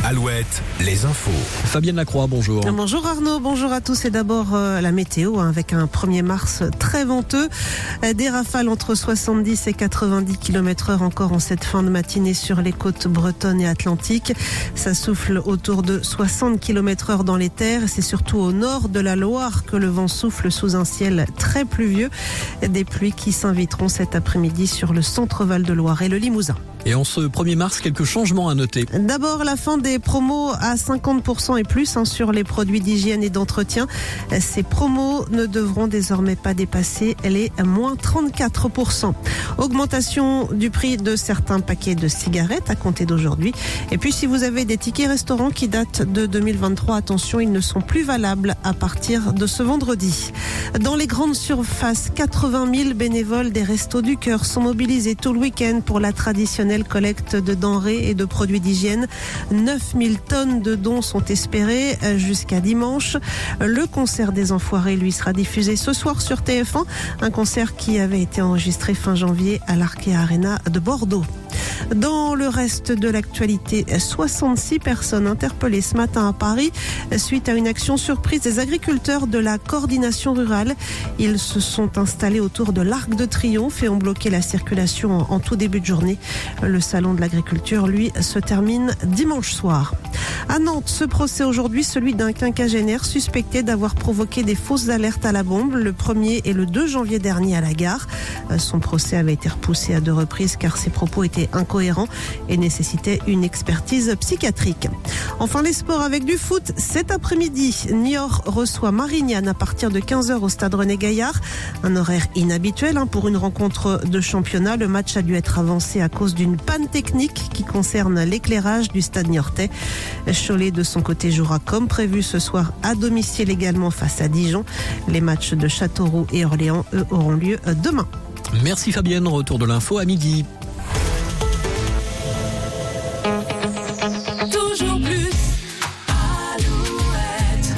Alouette, les infos. Fabienne Lacroix, bonjour. Bonjour Arnaud, bonjour à tous. Et d'abord la météo avec un 1er mars très venteux. Des rafales entre 70 et 90 km/h encore en cette fin de matinée sur les côtes bretonnes et atlantiques. Ça souffle autour de 60 km/h dans les terres. C'est surtout au nord de la Loire que le vent souffle sous un ciel très pluvieux. Des pluies qui s'inviteront cet après-midi sur le centre Val-de-Loire et le Limousin. Et en ce 1er mars, quelques changements à noter. D'abord, la fin des promos à 50% et plus sur les produits d'hygiène et d'entretien. Ces promos ne devront désormais pas dépasser les moins 34%. Augmentation du prix de certains paquets de cigarettes à compter d'aujourd'hui. Et puis, si vous avez des tickets restaurants qui datent de 2023, attention, ils ne sont plus valables à partir de ce vendredi. Dans les grandes surfaces, 80 000 bénévoles des Restos du Cœur sont mobilisés tout le week-end pour la traditionnelle collecte de denrées et de produits d'hygiène. 9000 tonnes de dons sont espérées jusqu'à dimanche. Le concert des Enfoirés, lui, sera diffusé ce soir sur TF1. Un concert qui avait été enregistré fin janvier à l'Arkea Arena de Bordeaux. Dans le reste de l'actualité, 66 personnes interpellées ce matin à Paris suite à une action surprise des agriculteurs de la coordination rurale. Ils se sont installés autour de l'Arc de Triomphe et ont bloqué la circulation en tout début de journée. Le salon de l'agriculture, lui, se termine dimanche soir. À Nantes, ce procès aujourd'hui, celui d'un quinquagénaire suspecté d'avoir provoqué des fausses alertes à la bombe le 1er et le 2 janvier dernier à la gare. Son procès avait été repoussé à 2 reprises car ses propos étaient incohérents et nécessitaient une expertise psychiatrique. Enfin, les sports avec du foot. Cet après-midi, Niort reçoit Marignane à partir de 15h au stade René-Gaillard. Un horaire inhabituel pour une rencontre de championnat. Le match a dû être avancé à cause d'une panne technique qui concerne l'éclairage du stade niortais. Cholet, de son côté, jouera comme prévu ce soir à domicile également face à Dijon. Les matchs de Châteauroux et Orléans, eux, auront lieu demain. Merci Fabienne, retour de l'info à midi.